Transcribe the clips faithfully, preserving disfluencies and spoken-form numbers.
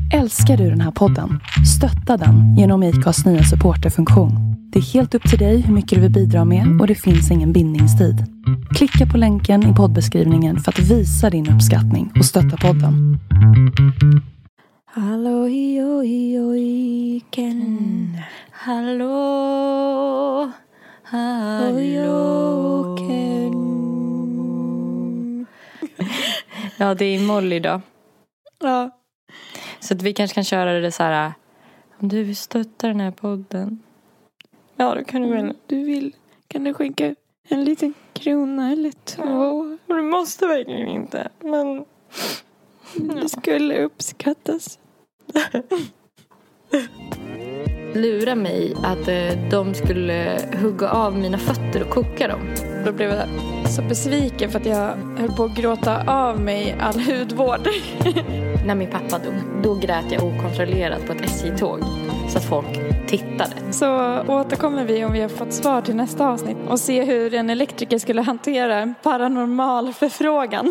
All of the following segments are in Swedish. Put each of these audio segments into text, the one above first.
Älskar du den här podden? Stötta den genom I C A:s nya supporterfunktion. Det är helt upp till dig hur mycket du vill bidra med och det finns ingen bindningstid. Klicka på länken i poddbeskrivningen för att visa din uppskattning och stötta podden. Hallå, oj, oj, Ken. Mm. Hallå, hallå, Ken. Ja, det är Molly idag. Ja. Så att vi kanske kan köra det så här. Om du vill stötta den här podden. Ja, då kan du väl. Mm, du vill, kan du skicka en liten krona eller två? Ja, du måste verkligen inte. Men det ja. skulle uppskattas. Lura mig att eh, de skulle hugga av mina fötter och koka dem. Då blev jag så besviken för att jag höll på att gråta av mig all hudvård. När min pappa dog, då grät jag okontrollerat på ett S J-tåg. Så att folk tittade. Så återkommer vi om vi har fått svar till nästa avsnitt. Och se hur en elektriker skulle hantera en paranormal förfrågan.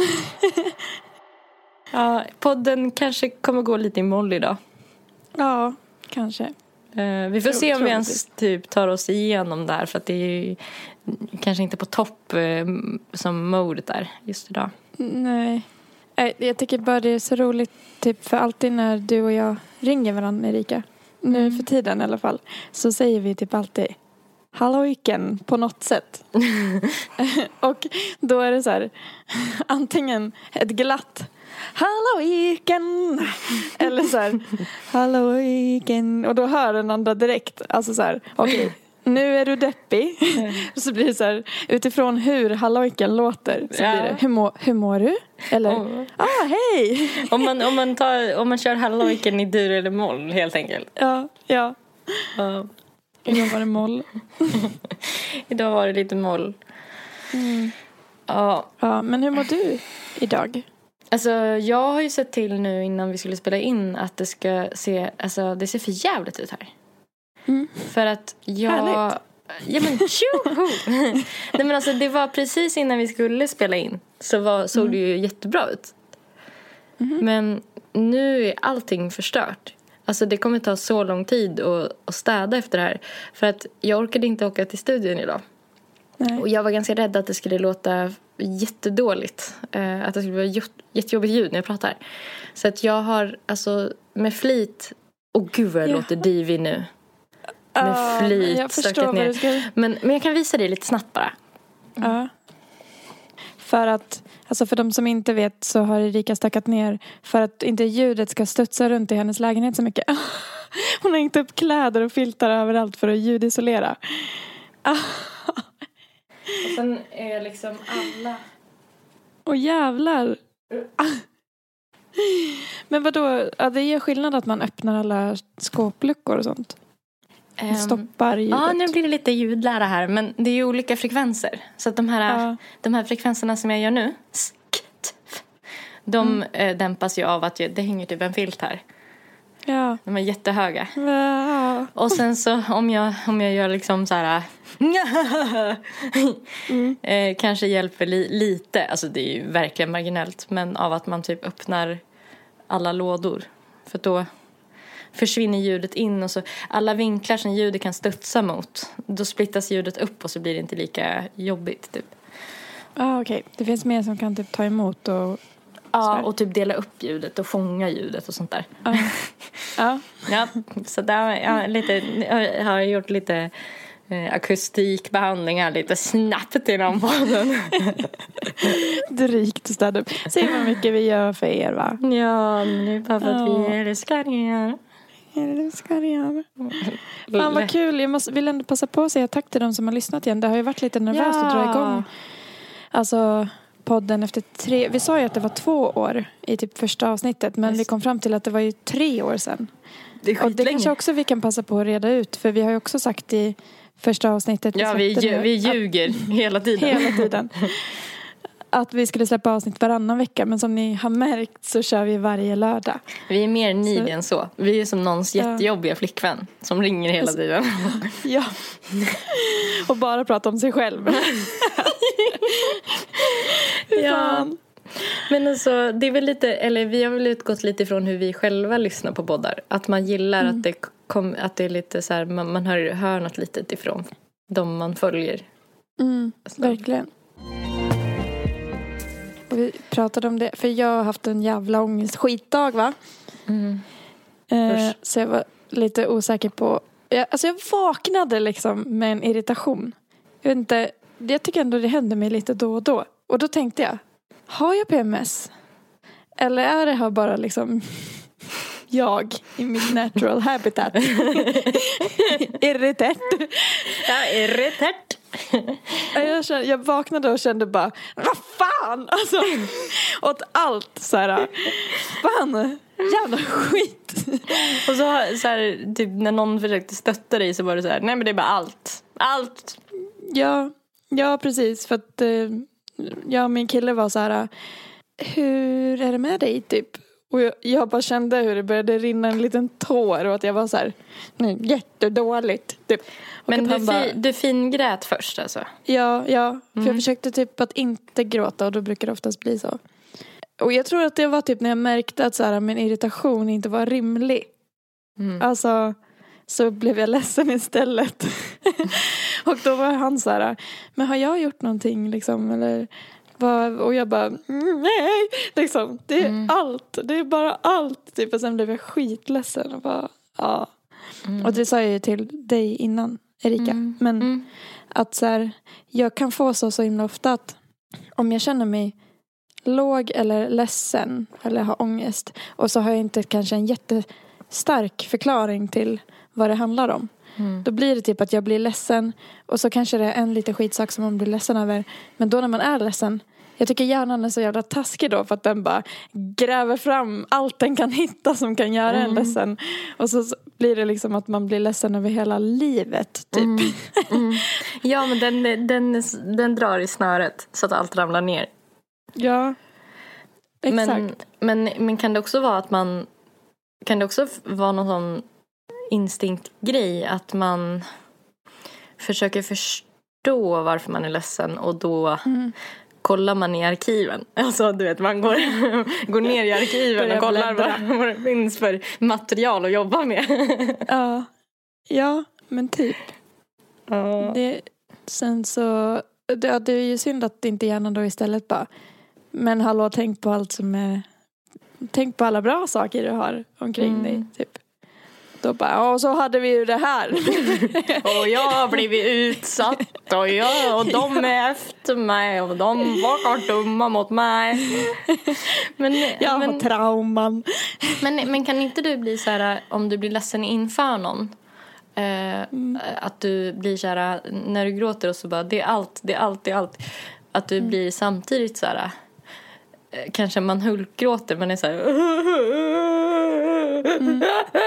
Ja, podden kanske kommer gå lite i moll idag. Ja, kanske. Uh, vi får Tro, se om vi ens troligt. typ tar oss igenom där. För att det är ju kanske inte på topp uh, som modet är just idag. Nej. Jag tycker bara det är så roligt typ för alltid när du och jag ringer varandra, Erika. Nu Mm. för tiden i alla fall. Så säger vi typ alltid hallojken på något sätt. Och då är det så här antingen ett glatt hallojken eller så här hallojken, och då hör den andra direkt. Alltså så här, okej. Okay. Nu är du deppig. Så blir det så här, utifrån hur hallojken låter så ja. blir det, hur, må, hur mår du? Eller, oh. ah hej. Om man, om man, tar, om man kör hallojken i dur eller moll helt enkelt. Ja, ja. uh. Idag var det moll. Idag var det lite moll. Mm. Ja. Ja, men hur mår du idag? Alltså jag har ju sett till nu innan vi skulle spela in att det ska se, alltså det ser för jävligt ut här. Mm. För att jag... Härligt. Ja men tjoho! Nej men alltså det var precis innan vi skulle spela in. Så var, såg mm. det ju jättebra ut. Mm. Men nu är allting förstört. Alltså det kommer ta så lång tid att, att städa efter det här. För att jag orkade inte åka till studion idag. Nej. Och jag var ganska rädd att det skulle låta jättedåligt. Eh, att det skulle vara jättejobbigt ljud när jag pratar. Så att jag har alltså med flit... Åh gud vad jag ja. låter divig nu. Med uh, flit. Jag förstår vad du ska... men, men jag kan visa dig lite snabbt bara. Ja. Uh. För att, alltså för de som inte vet så har Erika stökat ner för att inte ljudet ska studsa runt i hennes lägenhet så mycket. Hon har hängt upp kläder och filtar överallt för att ljudisolera. Och sen är liksom alla... Åh jävlar. Men vadå, ja, det gör skillnad att man öppnar alla skåpluckor och sånt. Um, stoppar ljudet. Ja, nu blir det lite ljudlära här. Men det är ju olika frekvenser. Så att de här, ja. de här frekvenserna som jag gör nu, de mm. dämpas ju av att jag, det hänger typ en filt här. Ja. De är jättehöga. Ja. Och sen så om jag, om jag gör liksom så här mm. eh, kanske hjälper li, lite. Alltså det är ju verkligen marginellt. Men av att man typ öppnar alla lådor. För då försvinner ljudet in och så alla vinklar som ljudet kan studsa mot. Då splittas ljudet upp och så blir det inte lika jobbigt typ. Ja ah, okej. Okay. Det finns mer som kan typ ta emot och... Ja, och typ dela upp ljudet och fånga ljudet och sånt där. Ja. Ja. Ja, så där ja, lite, jag har gjort lite eh, akustikbehandlingar lite snabbt i den podden. Drygt stand-up. Se vad mycket vi gör för er, va? Ja, men det är bara för att ja. vi älskar er. Älskar er. Fan vad kul. Jag måste, vill ändå passa på att säga tack till de som har lyssnat igen. Det har ju varit lite nervöst ja. att dra igång. Alltså... podden efter tre... Vi sa ju att det var två år i typ första avsnittet. Men yes. vi kom fram till att det var ju tre år sedan. Det är och det kanske också vi kan passa på att reda ut. För vi har ju också sagt i första avsnittet... Ja, vi, ju, vi ljuger att, hela tiden. Hela tiden. Att vi skulle släppa avsnitt varannan vecka. Men som ni har märkt så kör vi varje lördag. Vi är mer nidig än så. Vi är som någons ja. jättejobbiga flickvän. Som ringer hela tiden. Ja. Och bara pratar om sig själv. Ja. Men alltså, det är väl lite, eller vi har väl utgått lite ifrån hur vi själva lyssnar på poddar. Att man gillar mm. att, det kom, att det är lite så här, man, man hör, hör något litet ifrån de man följer. Mm, verkligen. Och vi pratade om det, för jag har haft en jävla ångest skitdag, va? Mm. Eh, så jag var lite osäker på, jag, alltså jag vaknade liksom med en irritation. Jag vet inte, jag tycker ändå det händer mig lite då och då. Och då tänkte jag, har jag P M S? Eller är det här bara liksom jag i mitt natural habitat? Irritat. Ja, irritat. Jag, kände, jag vaknade och kände bara, vad fan? Alltså, åt allt så här. Fan, jävla skit. Och så, så här, typ när någon försökte stötta dig så var det så här, nej men det är bara allt. Allt. Ja, ja precis. För att jag och min kille var så här, hur är det med dig typ? Och jag, jag bara kände hur det började rinna en liten tår och att jag var så här, nej, jättedåligt typ. Och men du, bara, fi, du fingrät först alltså? Ja, ja. Mm. För jag försökte typ att inte gråta och då brukar det oftast bli så. Och jag tror att det var typ när jag märkte att så här, min irritation inte var rimlig. Mm. Alltså, så blev jag ledsen istället. Och då var han så här, men har jag gjort någonting liksom? Eller, vad? Och jag bara, nej, liksom. Det är mm. allt. Det är bara allt. Typ. Och sen blev jag skitledsen. Och bara, ja. Mm. Och det sa jag ju till dig innan, Erika. Mm. Men mm. att så här, jag kan få så så himla ofta att om jag känner mig låg eller ledsen eller har ångest och så har jag inte kanske en jättestark förklaring till vad det handlar om. Mm. Då blir det typ att jag blir ledsen och så kanske det är en liten skitsak som man blir ledsen över. Men då när man är ledsen, jag tycker hjärnan är så jävla taskig då för att den bara gräver fram allt den kan hitta som kan göra mm. en ledsen. Och så blir det liksom att man blir ledsen över hela livet typ. Mm. Mm. Ja, men den, den, den drar i snöret så att allt ramlar ner. Ja, exakt. Men, men, men kan det också vara att man, kan det också vara någon sån instinktgrej att man försöker förstå varför man är ledsen och då mm. kollar man i arkiven. Alltså du vet, man går, går ner i arkiven och kollar vad, vad det finns för material att jobba med. Ja, ja men typ. Ja. Det, sen så, det, det är ju synd att inte hjärnan då istället bara, men hallå, tänk på allt som är, tänk på alla bra saker du har omkring mm. dig, typ. Då bara, och så hade vi ju det här. Och jag har blivit utsatt. Och, jag, och de är efter mig. Och de var dumma mot mig. Men, jag men, har trauman. Men, men kan inte du bli så här, om du blir ledsen inför någon? Eh, mm. Att du blir så här, när du gråter och så bara, det är allt, det är allt, det är allt. Att du mm. blir samtidigt så här, kanske man hulkgråter men är så här mm.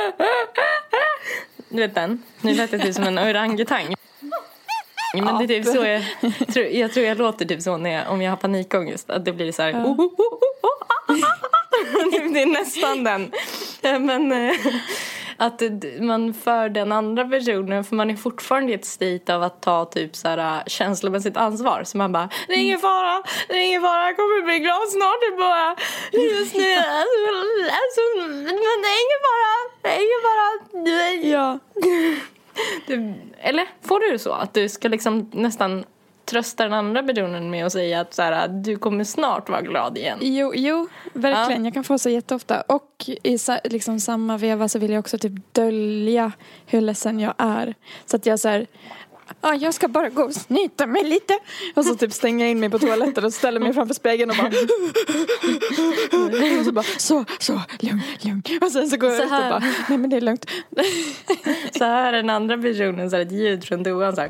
Du vet den? Nu lät det typ som en orangutang. Men det är typ så jag tror, jag tror jag låter typ så när jag, om jag har panikångest. Att det blir så här ja. oh, oh, oh, oh, det är nästan den. Men att man för den andra personen, för man är fortfarande i ett state av att ta typ så här känslomässigt ansvar, så man bara, det är ingen fara, det är ingen fara, jag kommer bli glad snart, det är bara just nu, alltså, men det är ingen fara, det är ingen fara. Ja. Du, eller får du så att du ska liksom nästan trösta den andra personen med att säga att så här, du kommer snart vara glad igen? Jo, jo verkligen. Ja. Jag kan få så jätteofta. Och i liksom samma veva så vill jag också typ dölja hur ledsen jag är. Så att jag så här, ja, jag ska bara gå och snyta mig lite. Och så typ stänga in mig på toaletten och ställa mig framför spegeln och bara och så bara, så, så, lugn, lugn. Och sen så går jag ut och bara, nej men det är lugnt. Så här är den andra personen, så här ett ljud från toan så här.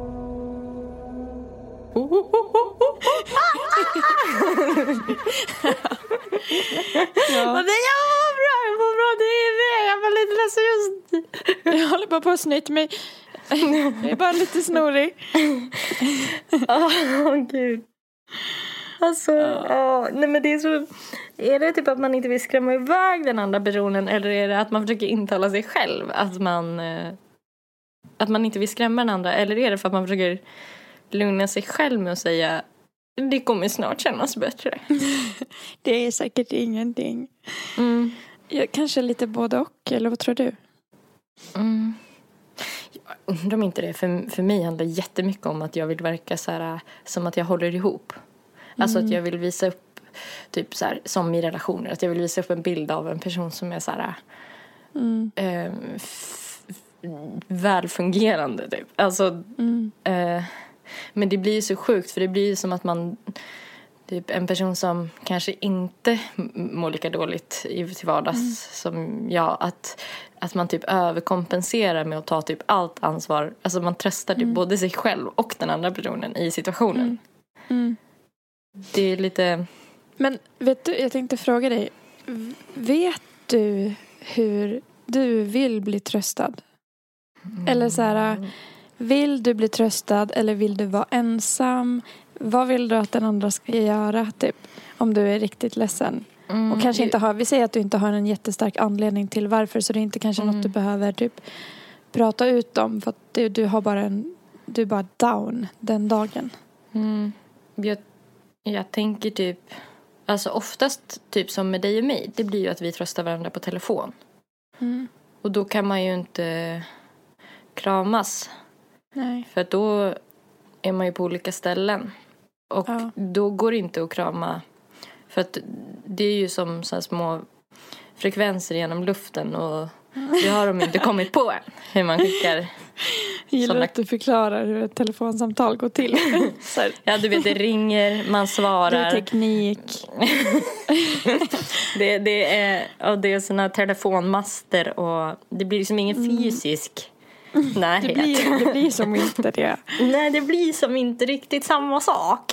Ja. Och det jag var bra, jag var bra, det är det. Jag var lite ledsen just. Jag håller bara på att snyta mig. Jag är bara lite snorig. Åh, oh, gud. Alltså, oh. Oh, nej men det är så. Är det typ att man inte vill skrämma iväg den andra personen, eller är det att man försöker intala sig själv att man att man inte vill skrämma den andra, eller är det för att man försöker lugna sig själv med att säga det kommer snart kännas bättre. Det är säkert ingenting. Mm. Jag, kanske lite både och, eller vad tror du? Mm. Jag undrar om inte det. För, för mig handlar det jättemycket om att jag vill verka så här, som att jag håller ihop. Mm. Alltså att jag vill visa upp, typ så här, som i relationer. Att jag vill visa upp en bild av en person som är så här... Mm. Eh, f- välfungerande typ. Alltså... Mm. Eh, men det blir ju så sjukt, för det blir ju som att man typ en person som kanske inte mår lika dåligt i till vardags mm. som jag, att, att man typ överkompenserar med att ta typ allt ansvar. Alltså man tröstar typ mm. både sig själv och den andra personen i situationen. Mm. Mm. Det är lite... Men vet du, jag tänkte fråga dig, vet du hur du vill bli tröstad? Mm. Eller så här... Vill du bli tröstad eller vill du vara ensam? Vad vill du att den andra ska göra typ, om du är riktigt ledsen? Mm. Och kanske inte har, vi säger att du inte har en jättestark anledning till varför, så det är inte kanske mm. något du behöver typ prata ut om, för att du, du har bara en, du är bara down den dagen. Mm. Jag, jag tänker typ, alltså oftast typ som med dig och mig, det blir ju att vi tröstar varandra på telefon. Mm. Och då kan man ju inte kramas. Nej. För då är man ju på olika ställen. Och ja. Då går det inte att krama. För att det är ju som så här små frekvenser genom luften. Och det har de inte kommit på än. Hur man skickar. Jag gillar såna... att du förklarar hur ett telefonsamtal går till. Ja, du vet, det ringer, man svarar. Det är teknik. det, det är, och det är såna telefonmaster. Och det blir liksom ingen mm. fysisk... Nej, det blir, det blir som inte det. Nej, det blir som inte riktigt samma sak.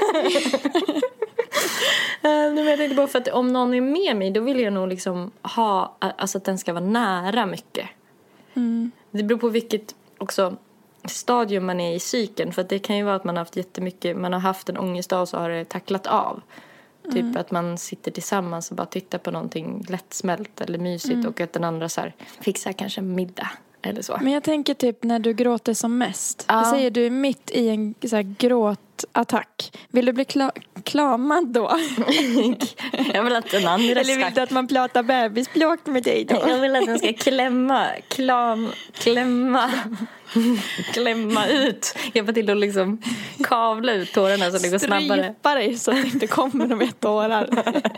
Nu vet jag inte, bara för att om någon är med mig, då vill jag nog liksom ha, alltså att den ska vara nära mycket. Mm. Det beror på vilket också stadium man är i cykeln. För att det kan ju vara att man har haft jättemycket, man har haft en ångestdag och så har det tacklat av. Mm. Typ att man sitter tillsammans och bara tittar på någonting lättsmält eller mysigt. Mm. Och att den andra så här fixar kanske en middag. Eller så. Men jag tänker typ när du gråter som mest. Ja. Du säger du är mitt i en så här gråtattack. Vill du bli kla- klamad då? Jag vill att den andra Eller vill ska... du att man pratar bebisspråk med dig då? Jag vill att den ska klämma, klam, klämma, klämma ut. Hjälpa till att liksom kavla ut tårarna så det går snabbare. Strypa dig så att det inte kommer några tårar.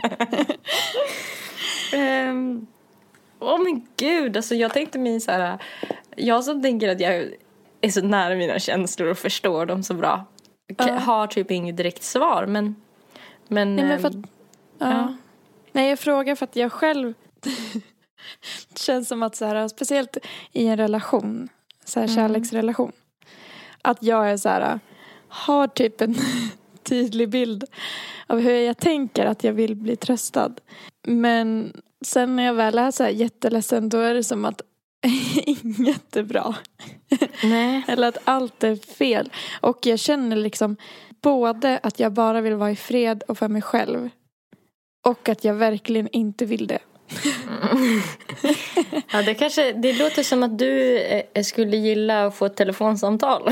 um... Åh oh men gud, alltså jag tänkte mig så här, jag som tänker att jag är så nära mina känslor och förstår dem så bra. Uh. Har typ inget direkt svar, men... men, Nej, men för att, uh. Ja. Nej, jag frågar för att jag själv... Det känns som att så här, speciellt i en relation, så här mm. kärleksrelation, att jag är så här, har typ en tydlig bild av hur jag tänker att jag vill bli tröstad. Men... Sen när jag väl är så här jätteledsen, då är det som att inget är bra. Nej. Eller att allt är fel. Och jag känner liksom både att jag bara vill vara i fred och för mig själv. Och att jag verkligen inte vill det. Mm. Ja, det kanske, det låter som att du skulle gilla att få ett telefonsamtal.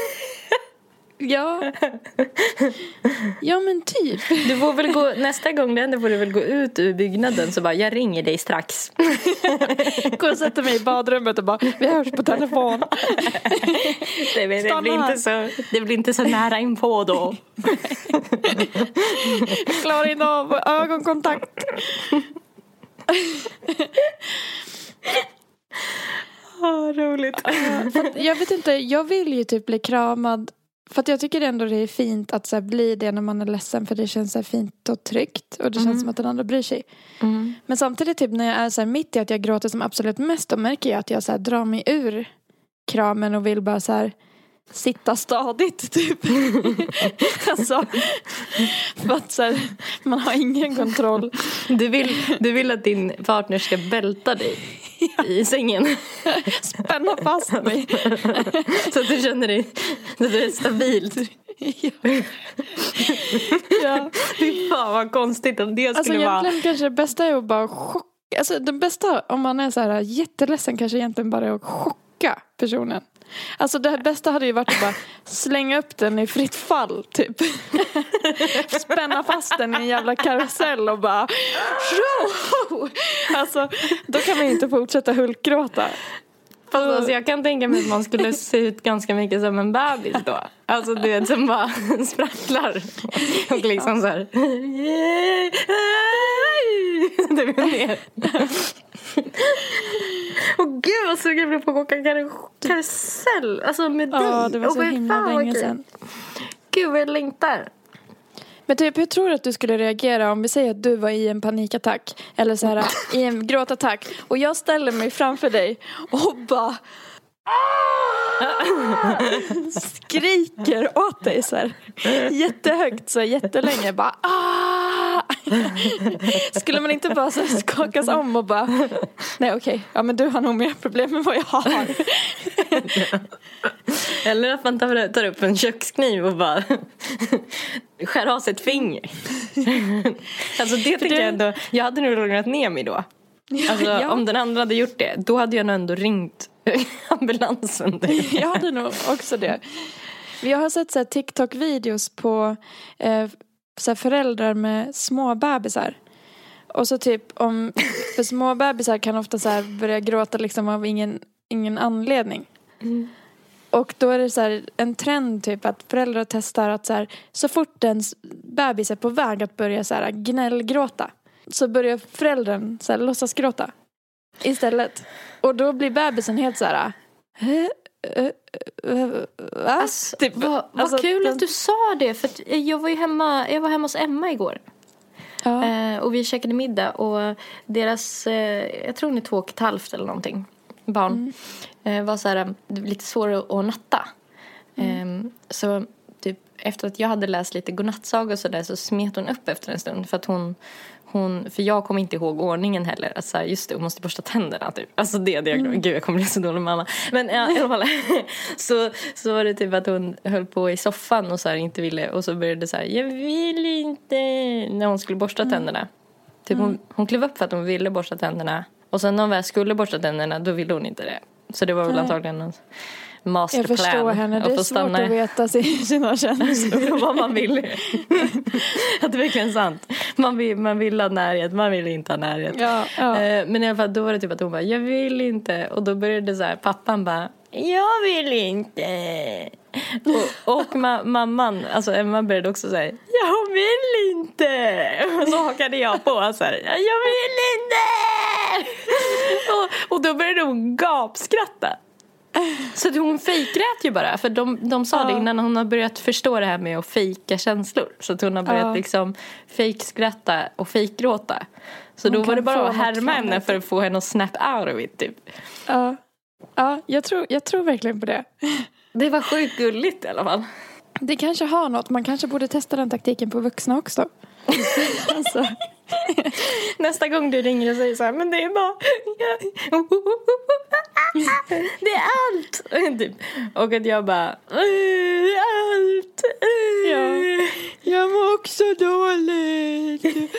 Ja. Ja men typ. Du får väl gå, nästa gång den får du väl gå ut ur byggnaden så bara, jag ringer dig strax. Gå och sätta mig i badrummet och bara, vi hörs på telefon. Det, det, det, blir inte så, det blir inte så nära inpå då. Klara in av ögonkontakt. Åh, roligt. Uh, jag vet inte, jag vill ju typ bli kramad. För att jag tycker ändå det är fint att så här, bli det när man är ledsen. För det känns så här, fint och tryggt. Och det mm. känns som att den andra bryr sig. Mm. Men samtidigt typ när jag är så här, mitt i att jag gråter som absolut mest. Då märker jag att jag så här, drar mig ur kramen och vill bara så här, sitta stadigt typ. Alltså, för att så här, man har ingen kontroll. Du vill, du vill att din partner ska bälta dig i sängen. Spänna fast mig. Så att du känner dig, så att du är stabilt. Ja. Ja. Fy fan vad konstigt om det skulle alltså, vara. Egentligen kanske det bästa är att bara chocka. Alltså det bästa om man är så här jätteledsen kanske egentligen bara är att chocka personen. Alltså det bästa hade ju varit att bara slänga upp den i fritt fall typ. Spänna fast den i en jävla karusell och bara show! Alltså då kan man ju inte fortsätta hulkgråta. Fast alltså, jag kan tänka mig att man skulle se ut ganska mycket som en bebis då. Alltså du vet som bara sprattlar. Och liksom så här. Det är mer. Åh gud vad sugen jag blev på att åka kar- karusell. Alltså med dig. Ja, det var så oh, himla fan, länge okay. sedan. Gud vad jag längtar. Men typ, hur tror du att du skulle reagera om vi säger att du var i en panikattack eller så här i en gråtattack och jag ställer mig framför dig och bara skriker åt dig så här jättehögt så här, jättelänge bara ah! Skulle man inte bara så här, skakas om och bara nej okej, okay. Ja men du har nog mer problem än vad jag har. Eller att man tar, tar upp en kökskniv och bara skär av sig ett finger. Alltså det tycker det... jag ändå. Jag hade nog lugnat ner mig då. Alltså ja. Om den andra hade gjort det, då hade jag nog ändå ringt ambulansen. Jag hade nog också det. Jag har sett så här TikTok-videos på eh, så här föräldrar med små bebisar. Och så typ om för små bebisar kan ofta så här börja gråta liksom av ingen ingen anledning. Mm. Och då är det så här en trend typ att föräldrar testar att så här så fort en bebis är på väg att börja så här gnällgråta så börjar föräldern så här låtsas gråta istället. Och då blir bebisen helt så här Alltså, typ, vad, vad alltså, kul den... att du sa det. För att jag var ju hemma Jag var hemma hos Emma igår. Ja. eh, Och vi käkade middag. Och deras eh, jag tror hon är två och ett halvt eller någonting barn mm. eh, var så här lite svår att, att natta. mm. eh, Så typ efter att jag hade läst lite godnattsaga och så där, så smet hon upp efter en stund. För att hon Hon, för jag kommer inte ihåg ordningen heller. Alltså, just det, hon måste borsta tänderna typ. Alltså det, det jag, mm. gud jag kommer bli så dålig mamma. Men ja, i alla fall så, så var det typ att hon höll på i soffan och så här, inte ville. Och så började det så här, jag vill inte. När hon skulle borsta mm. tänderna. Typ mm. hon, hon klev upp för att hon ville borsta tänderna. Och sen när hon väl skulle borsta tänderna, då ville hon inte det. Så det var väl antagligen en masterplan. Jag förstår henne, det är svårt stanna. Att veta sina känslor. Vad man vill. Att det är verkligen sant. Man vill, man vill ha närhet, man vill inte ha närhet. Ja, ja. Men i alla fall då var det typ att hon bara, jag vill inte. Och då började så här, pappan bara, jag vill inte. Och, och ma- mamman, alltså Emma började också säga, jag vill inte. Och så hakade jag på så här, jag vill inte. Och, och då började hon gapskratta. Så hon fejkrät ju bara. För de, de sa ja. det innan hon har börjat förstå det här med att fejka känslor. Så att hon har börjat ja. liksom fejkskratta och fejkgråta. Så hon då var det bara att härma henne för att få henne att snap out of it typ. Ja, ja jag, tror, jag tror verkligen på det. Det var sjukt gulligt i alla fall. Det kanske har något. Man kanske borde testa den taktiken på vuxna också. Alltså. Nästa gång du ringer och säger så här, men det är bara det är allt typ. Och att jag bara det är allt. Ja. Jag mår också dåligt.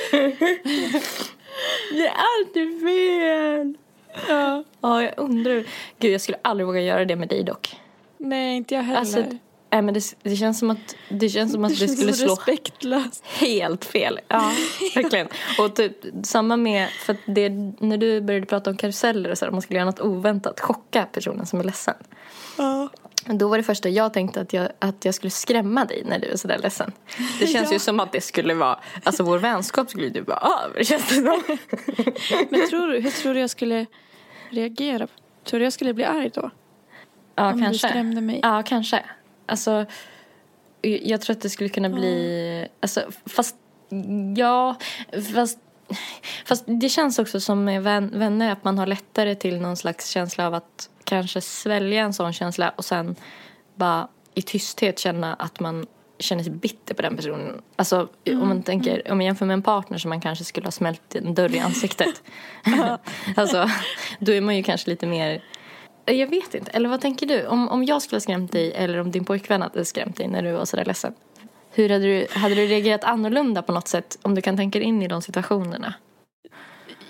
Det är alltid fel. Ja. Ja, jag undrar. Gud, jag skulle aldrig våga göra det med dig dock. Nej, inte jag heller. Alltså, nej, men det, det känns som att det känns som att det, det skulle slå respektlöst. Helt fel. Ja, verkligen. Och typ samma med, för att det, när du började prata om karuseller och så här, man skulle göra något oväntat, chocka personen som är ledsen. Ja. Då var det första jag tänkte att jag, att jag skulle skrämma dig när du är sådär ledsen. Det känns ja. ju som att det skulle vara, alltså vår vänskap skulle du bara, ah, det känns det som. Men tror du, hur tror du jag skulle reagera? Tror du jag skulle bli arg då? Ja, om kanske. Du skrämde mig? Ja, kanske. Alltså, jag tror att det skulle kunna bli, alltså, fast, ja, fast, fast det känns också som med vän, vänner att man har lättare till någon slags känsla av att kanske svälja en sån känsla och sen bara i tysthet känna att man känner sig bitter på den personen. Alltså mm. om man tänker, om man jämför med en partner som man kanske skulle ha smält en dörr i ansiktet. Alltså, då är man ju kanske lite mer, jag vet inte, eller vad tänker du? Om, om jag skulle ha skrämt dig eller om din pojkvän hade skrämt dig när du var sådär ledsen. Hur hade du, hade du reagerat annorlunda på något sätt om du kan tänka in i de situationerna?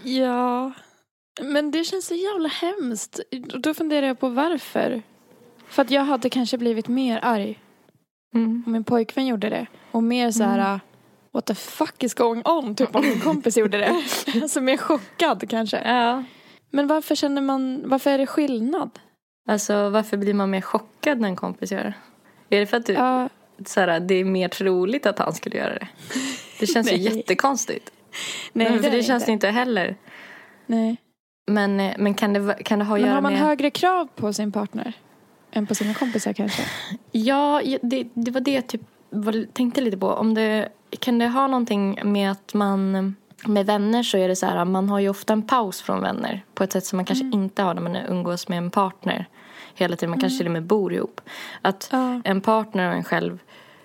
Ja, men det känns så jävla hemskt. Då funderar jag på varför. För att jag hade kanske blivit mer arg. Mm. Om min pojkvän gjorde det. Och mer så här... Mm. What the fuck is going on? Typ om min kompis gjorde det. Alltså mer chockad kanske. Ja. Men varför känner man... Varför är det skillnad? Alltså varför blir man mer chockad när en kompis gör det? Är det för att du, ja. så här, det är mer troligt att han skulle göra det? Det känns ju jättekonstigt. Nej, Nej, för det, det känns inte. inte heller. Nej. Men, men kan, det, kan det ha att men göra har man med... högre krav på sin partner? Än på sina kompisar kanske? Ja, det, det var det jag typ var, tänkte lite på. Om det, kan det ha någonting med att man... Med vänner så är det så här, man har ju ofta en paus från vänner. På ett sätt som man kanske mm. inte har när man umgås med en partner. Hela tiden, man mm. kanske till och med bor ihop. Att ja. en partner och en själv,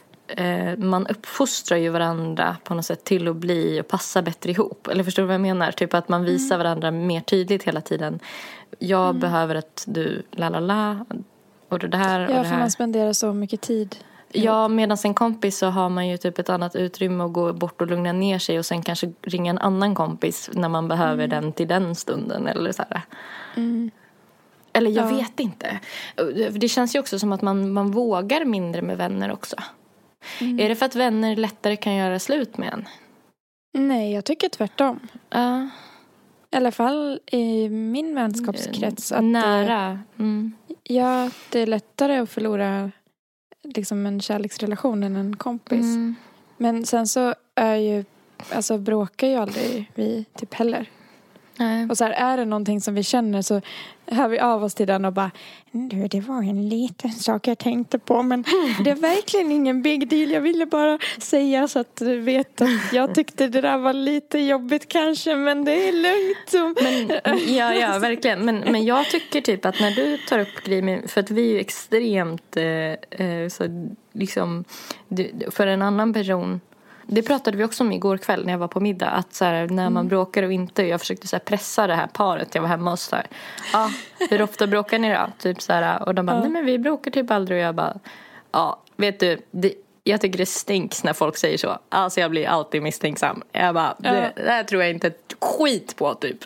eh, man uppfostrar ju varandra på något sätt till att bli och passa bättre ihop. Eller förstår du vad jag menar? Typ att man visar mm. varandra mer tydligt hela tiden. Jag mm. behöver att du la la la och det där och ja, det här. Ja, för man spenderar så mycket tid. Ja, medan en kompis så har man ju typ ett annat utrymme att gå bort och lugna ner sig och sen kanske ringa en annan kompis när man behöver mm. den till den stunden eller så här. Mm. Eller jag ja. vet inte. Det känns ju också som att man, man vågar mindre med vänner också. Mm. Är det för att vänner lättare kan göra slut med en? Nej, jag tycker tvärtom. Ja. Uh. I alla fall i min vänskapskrets. Att nära. Mm. Ja, det är lättare att förlora liksom en kärleksrelation än en kompis. Mm. Men sen så är ju, alltså bråkar ju aldrig vi typ heller. Nej. Och så här, är det någonting som vi känner så hör vi av oss till den och bara, du, det var en liten sak jag tänkte på, men det är verkligen ingen big deal. Jag ville bara säga så att du vet att jag tyckte det där var lite jobbigt kanske, men det är lugnt. Men, ja, ja, verkligen. Men, men jag tycker typ att när du tar upp grejer, för att vi är ju extremt eh, så liksom, för en annan person. Det pratade vi också om igår kväll när jag var på middag. Att så här, när man mm. bråkar och inte. Jag försökte så här, pressa det här paret. Jag var hemma och så här. Ja, hur ofta bråkar ni då? Typ så här, och de bara, ja. nej men vi bråkar typ aldrig. Och jag bara, ja vet du. Det, jag tycker det stinks när folk säger så. Alltså jag blir alltid misstänksam. Jag bara, ja. det, det här tror jag inte ett skit på typ.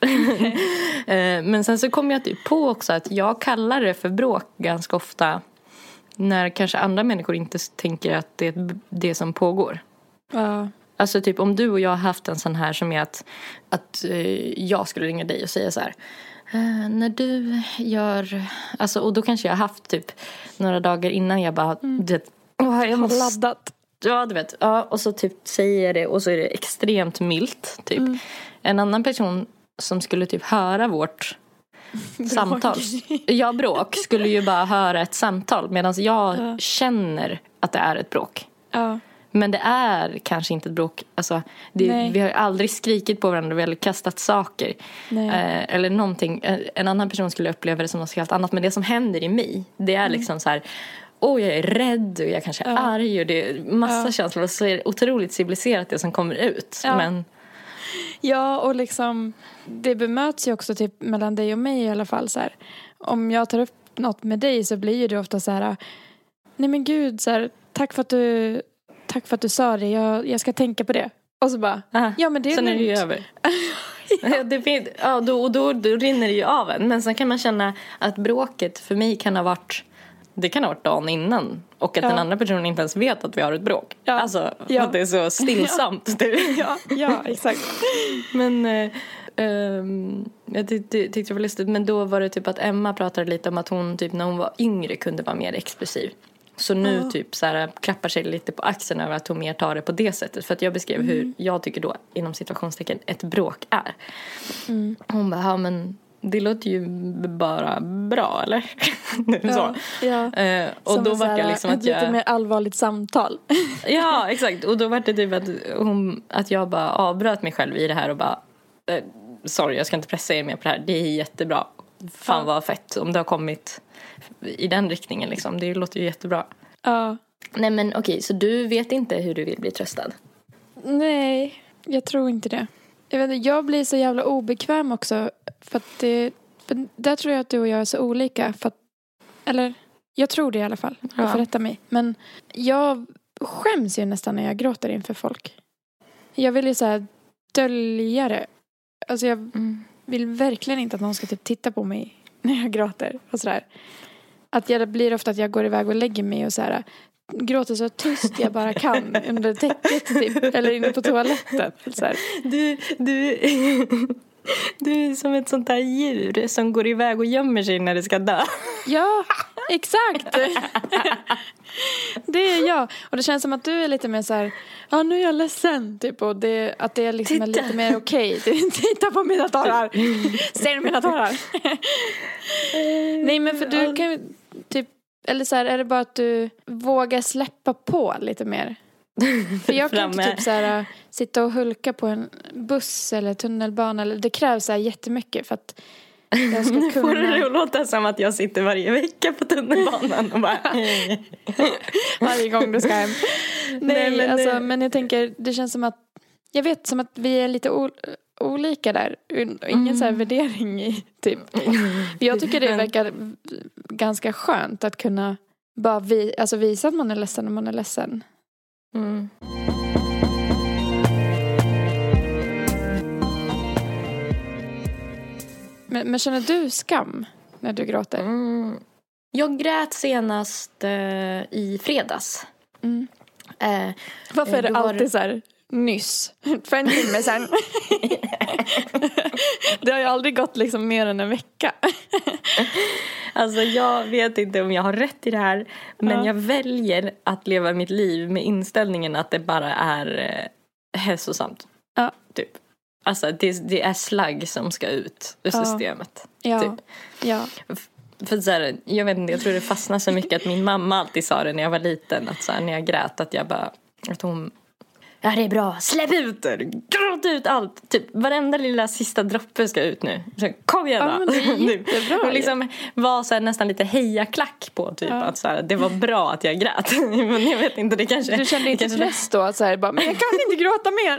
Men sen så kom jag typ på också att jag kallar det för bråk ganska ofta. När kanske andra människor inte tänker att det är det som pågår. Ja. Alltså typ om du och jag har haft en sån här som är att, att uh, jag skulle ringa dig och säga så här. Uh, när du gör, alltså och då kanske jag har haft typ några dagar innan jag bara mm. det, oh, jag måste, laddat. Ja du vet, ja, och så typ säger jag det och så är det extremt milt typ. Mm. En annan person som skulle typ höra vårt bråk. samtal, jag bråk skulle ju bara höra ett samtal medan jag ja. känner att det är ett bråk. Ja. Men det är kanske inte ett bråk. Alltså, det, vi har ju aldrig skrikit på varandra. Vi har kastat saker. Eh, eller någonting. En annan person skulle uppleva det som något helt annat. Men det som händer i mig. Det är mm. liksom så här. Åh, jag är rädd. Och jag kanske är ja. arg. Och det är massa ja. känslor. Och så är det otroligt civiliserat det som kommer ut. Ja. Men... ja, och liksom. Det bemöts ju också typ mellan dig och mig i alla fall. Så här. Om jag tar upp något med dig så blir det ofta så här. Nej men gud. Så här, tack för att du... Tack för att du sa det. Jag, jag ska tänka på det. Och så bara, aha, ja men det är sen lugnt. är det ju över. ja. det finns, ja, då, och då, då rinner det ju av en. Men sen kan man känna att bråket för mig kan ha varit, det kan ha varit dagen innan. Och att ja. den andra personen inte ens vet att vi har ett bråk. Ja. Alltså, ja. att det är så stillsamt. ja. ja, ja, exakt. men... Eh, Um, jag tyckte, tyckte det var lustigt. Men då var det typ att Emma pratade lite om att hon typ när hon var yngre kunde vara mer explosiv. Så nu uh. typ så här, klappar sig lite på axeln över att hon mer tar det på det sättet. För att jag beskrev mm. hur jag tycker då inom situationstecken ett bråk är. Mm. Hon bara, ja men det låter ju bara bra eller? ja, så. Ja. Uh, och som då var det liksom ett att jag... lite mer allvarligt samtal. ja exakt. Och då var det typ att, hon, att jag bara avbröt mig själv i det här och bara uh, sorry jag ska inte pressa er mer på det här. Det är jättebra. Fan ja. vad fett om det har kommit i den riktningen liksom. Det låter ju jättebra. Ja. Nej men okej, okay, så du vet inte hur du vill bli tröstad? Nej, jag tror inte det. Jag vet inte, jag blir så jävla obekväm också. För att det, för där tror jag att du och jag är så olika. För att, eller, jag tror det i alla fall. Ja. För rätta mig. Men jag skäms ju nästan när jag gråter inför folk. Jag vill ju så här dölja det. Alltså jag mm. vill verkligen inte att någon ska typ titta på mig när jag gråter och sådär. att jag, det blir ofta att jag går iväg och lägger mig och så här gråter så tyst jag bara kan under täcket typ, eller inne på toaletten. Så här. Du, du, du är som ett sånt där djur som går iväg och gömmer sig när det ska dö. Ja, exakt. Det är jag. Och det känns som att du är lite mer så här, ja nu är jag ledsen typ, och det, att det liksom är lite mer okej. Okay. Titta på mina tårar. Ser du mina tårar? Nej, men för du kan ju typ, eller så här, är det bara att du vågar släppa på lite mer? För jag kan inte typ så här sitta och hulka på en buss eller tunnelbana, eller det krävs så här jättemycket för att jag ska kunna... Nu får det att låta som att jag sitter varje vecka på tunnelbanan och bara varje gång du ska hem. Nej, Nej men, alltså, det... men jag tänker, det känns som att jag vet som att vi är lite o- olika där. Ingen mm. så här värdering i typ. Jag tycker det verkar ganska skönt att kunna bara vi, alltså visa att man är ledsen när man är ledsen. Mm. Men, men känner du skam när du gråter? Mm. Jag grät senast eh, i fredags. Mm. Eh, Varför är det alltid var... så här nyss? För en timme sedan. Det har ju aldrig gått liksom mer än en vecka. Alltså jag vet inte om jag har rätt i det här. Men ja. Jag väljer att leva mitt liv med inställningen att det bara är eh, hälsosamt. Ja. Typ. Alltså det, det är slagg som ska ut ur ja. systemet. Ja. Typ. Ja. För så här, jag vet inte, jag tror det fastnar så mycket att min mamma alltid sa det när jag var liten. Att så här, när jag grät att jag bara, att hon, ja det är bra, släpp ut det, gråt ut allt. Typ varenda lilla sista droppe ska ut nu. Så, kom igen då. Ja, men det är jättebra. Och liksom var så här, nästan lite hejaklack på typ. Ja. Att så här, det var bra att jag grät. Men jag vet inte, det kanske... Du kände inte kanske... press då att så här, bara, men jag kan inte gråta mer.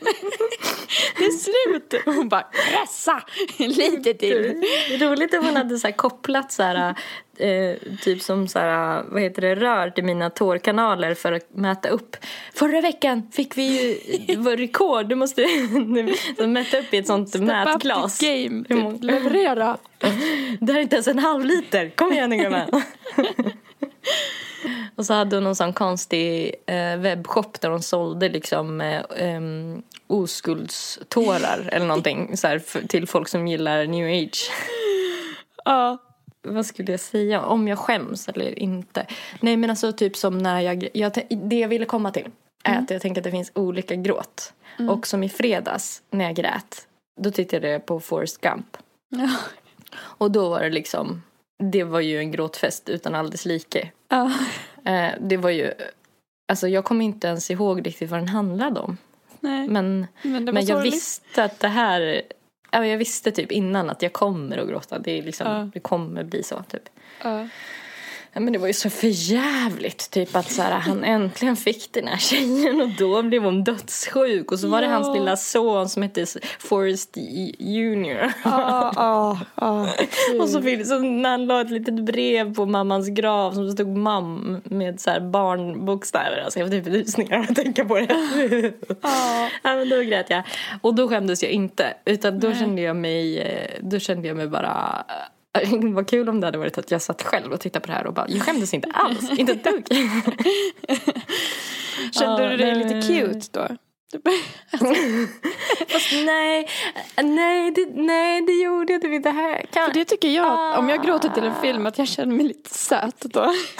Det är slut. Och hon bara, pressa lite till. Roligt om man hade så här kopplat så här... Eh, typ som så här, vad heter det, rör till mina tårkanaler för att mäta upp. Förra veckan fick vi ju, det var rekord, du måste så mäta upp i ett sånt Step mätglas. Step up the game, typ, leverera. Det här är inte ens en halv liter, kom igen nu gumman. Och så hade hon någon sån konstig eh, webbshop där de sålde liksom eh, eh, oskuldstårar eller någonting så här, för, till folk som gillar new age. Ja. Vad skulle jag säga? Om jag skäms eller inte. Nej, men alltså typ som när jag... jag det jag ville komma till är mm. att jag tänker att det finns olika gråt. Mm. Och som i fredags när jag grät, då tittade jag på Forrest Gump. Ja. Och då var det liksom... Det var ju en gråtfest utan alldeles like. Ja. Eh, det var ju... Alltså jag kommer inte ens ihåg riktigt vad den handlade om. Nej. Men, men, men jag visste att det här... Jag visste typ innan att jag kommer att gråta. Det, är liksom, uh. det kommer bli så typ. Uh. Ja, men det var ju så förjävligt typ att så här, han äntligen fick den här tjejen och då blev hon dödssjuk. Och så var ja. det hans lilla son som hette Forrest Junior Ja, ja, ja. Och så, fick, så när han la ett litet brev på mammans grav som stod mam med så här barnbokstäver. Alltså jag var typ rysningar att tänka på det. Ja. Ja, men då grät jag. Och då skämdes jag inte. Utan då kände jag mig, då kände jag mig bara... Vad kul om det hade varit att jag satt själv och tittade på det här och bara, jag skämdes inte alls, inte ett dugg. Kände ja, du dig lite cute då? Alltså. Fast nej, nej det, nej, det gjorde jag typ inte här. Kan... För det tycker jag, att om jag gråter till en film, att jag känner mig lite söt då.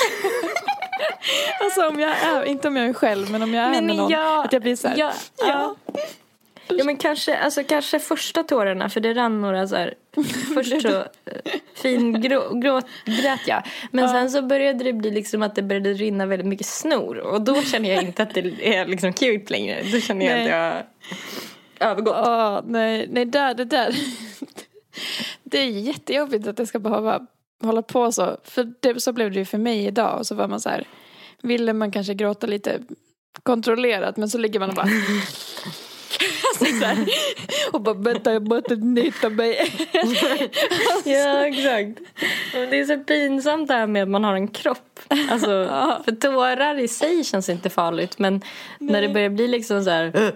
Alltså om jag är, inte om jag är själv, men om jag är men med någon, ja, att jag blir så här, ja, ja. Ja, men kanske, alltså, kanske första tårarna, för det rann några så här, först så fin grå, gråt, grät jag. Men ja. sen så började det bli liksom att det började rinna väldigt mycket snor. Och då känner jag inte att det är liksom cute längre. Då känner jag nej. att jag har övergått. Oh, nej, nej där, det där. Det är jättejobbigt att det ska behöva hålla på så. För det, så blev det ju för mig idag. Och så var man så här, ville man kanske gråta lite kontrollerat, men så ligger man och bara... Alltså, så här, och bara vänta, jag bara inte nytta mig. Alltså. Ja, exakt. Men det är så pinsamt det här med att man har en kropp. Alltså, ja. För tårar i sig känns inte farligt. Men nej. När det börjar bli liksom så här...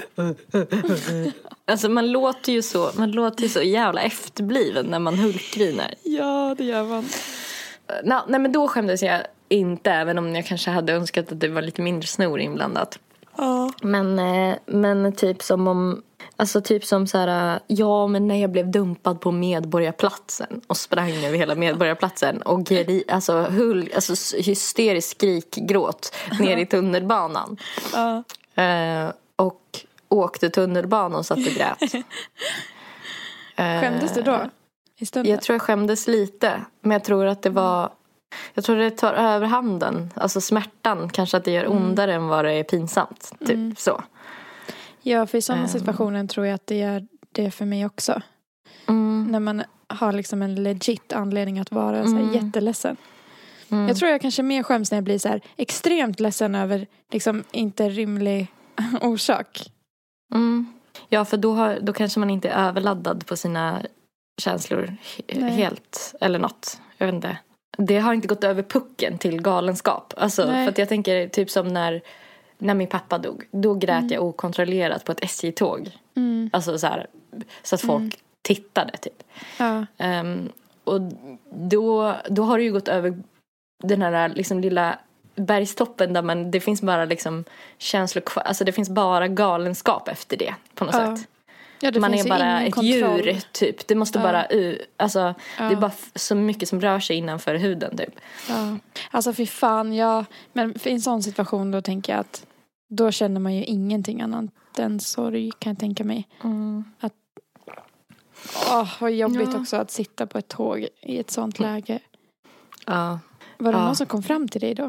Alltså man låter ju så, man låter ju så jävla efterbliven när man hulkgriner. Ja, det gör man. no, nej men då skämdes jag inte, även om jag kanske hade önskat att det var lite mindre snor inblandat. Ja. Men, eh, men typ som om, alltså typ som så här, ja men när jag blev dumpad på Medborgarplatsen och sprang över hela Medborgarplatsen och gri, alltså, hull, alltså hysterisk skrikgråt ner i tunnelbanan. Ja. Eh, och åkte tunnelbanan och satt och grät. eh, Skämdes du då? I stunden? Jag tror jag skämdes lite, men jag tror att det var, jag tror det tar överhanden, alltså smärtan, kanske att det gör ondare mm. än vad det är pinsamt, typ mm. så. Ja, för i sådana um. situationer tror jag att det gör det för mig också. Mm. När man har liksom en legit anledning att vara så här mm. jätteledsen. Mm. Jag tror jag kanske mer skäms när jag blir så här extremt ledsen över liksom inte rimlig orsak. Mm. Ja, för då, har, då kanske man inte är överladdad på sina känslor he- helt, eller något. Jag vet inte. Det har inte gått över pucken till galenskap. Alltså, för att jag tänker typ som när, när min pappa dog. Då grät mm. jag okontrollerat på ett S J-tåg. Mm. Alltså så här, så att folk mm. tittade typ. Ja. Um, och då, då har det ju gått över den här liksom lilla bergstoppen där man, det finns bara liksom känslor kvar. Alltså det finns bara galenskap efter det på något ja. sätt. Ja, man är bara ett kontroll. Djur typ. Det måste ja. bara alltså ja. det är bara så mycket som rör sig innanför huden typ. Ja. Alltså för fan, ja, men i en sån situation då tänker jag att då känner man ju ingenting annat än sorg, kan jag tänka mig. Mm. Att åh, vad jobbigt ja. också att sitta på ett tåg i ett sånt läge. Ja. Var det ja. någon som kom fram till dig då?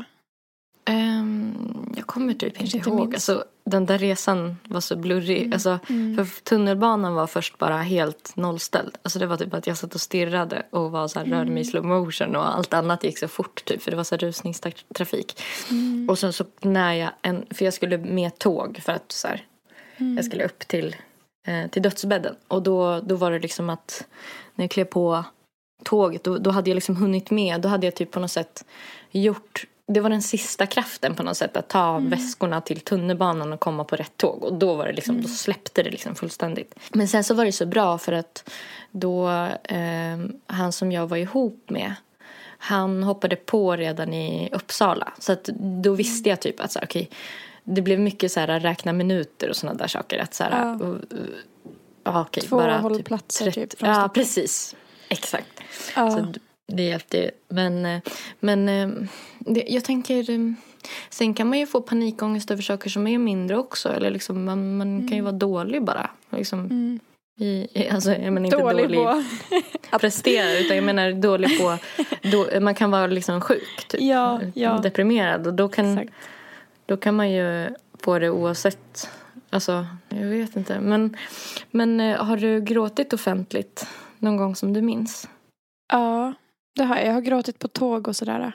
Um, jag kommer typ inte ihåg. Alltså, den där resan var så blurrig. Mm. Alltså, mm. För tunnelbanan var först bara helt nollställd. Alltså, det var typ att jag satt och stirrade och var så här, rörde mig i slow motion. Och allt annat gick så fort typ, för det var så här rusningstrafik. Mm. Och sen så när jag, en, för jag skulle med tåg för att så här, mm. jag skulle upp till, eh, till dödsbädden. Och då, då var det liksom att när jag klev på tåget, då, då hade jag liksom hunnit med. Då hade jag typ på något sätt gjort, det var den sista kraften på något sätt att ta mm. väskorna till tunnelbanan och komma på rätt tåg. Och då var det liksom, mm. då släppte det liksom fullständigt. Men sen så var det så bra för att då eh, han som jag var ihop med, han hoppade på redan i Uppsala. Så att då visste jag typ att så här, okej, det blev mycket så här räkna minuter och sådana där saker. Att så här, ja. uh, uh, okay, Två bara hållplatser typ. typ ja, precis. Exakt. Ja. Så det hjälpte. Men, men det, jag tänker, sen kan man ju få panikångest över saker som är mindre också. Eller liksom, man, man mm. kan ju vara dålig bara. Liksom, mm. i, alltså, jag menar inte dålig, dålig på att prestera, utan jag menar dålig på, då, man kan vara liksom sjuk typ, ja, ja. deprimerad. Och då kan, då kan man ju få det oavsett. Alltså, jag vet inte. Men, men har du gråtit offentligt någon gång som du minns? Ja, det har jag. Jag har gråtit på tåg och sådär.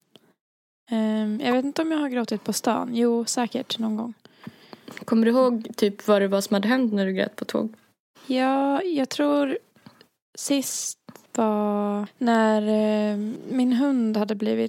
Um, jag vet inte om jag har gråtit på stan. Jo, säkert någon gång. Kommer du ihåg typ vad det var som hade hänt när du grät på tåg? Ja, jag tror sist var när uh, min hund hade blivit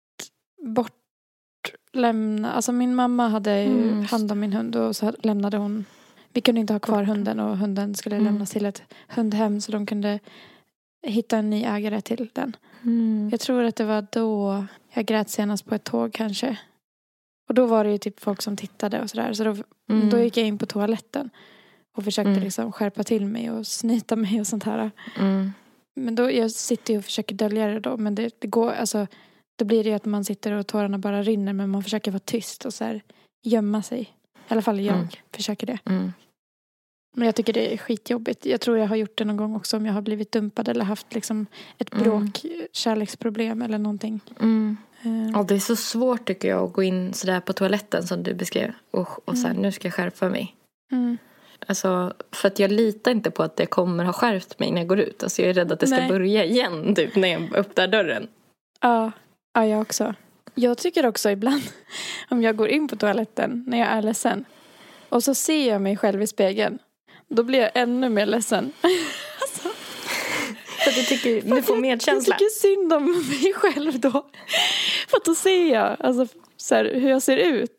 bortlämnad. Alltså min mamma hade mm. hand om min hund och så lämnade hon. Vi kunde inte ha kvar hunden och hunden skulle mm. lämnas till ett hundhem så de kunde hitta en ny ägare till den. Mm. Jag tror att det var då jag grät senast på ett tåg kanske. Och då var det ju typ folk som tittade och sådär. Så då, mm. då gick jag in på toaletten och försökte mm. liksom skärpa till mig och snyta mig och sånt här. Mm. Men då, jag sitter ju och försöker dölja det då. Men det, det går, alltså, då blir det ju att man sitter och tårarna bara rinner. Men man försöker vara tyst och så här gömma sig. I alla fall jag mm. försöker det. Mm. Men jag tycker det är skitjobbigt. Jag tror jag har gjort det någon gång också om jag har blivit dumpad eller haft liksom ett bråk, mm. kärleksproblem eller någonting. Mm. Uh. Ja, det är så svårt tycker jag att gå in sådär på toaletten som du beskrev. Och, och sen, mm. nu ska jag skärpa mig. Mm. Alltså, för att jag litar inte på att det kommer ha skärpt mig när jag går ut. Alltså jag är rädd att det ska Nej. börja igen typ, när jag öppnar dörren. Ja, ja, jag också. Jag tycker också ibland om jag går in på toaletten när jag är ledsen. Och så ser jag mig själv i spegeln. Då blir jag ännu mer ledsen. Alltså, för att du tycker du får medkänsla. Jag tycker synd om mig själv då. För att då ser jag alltså, så här, hur jag ser ut.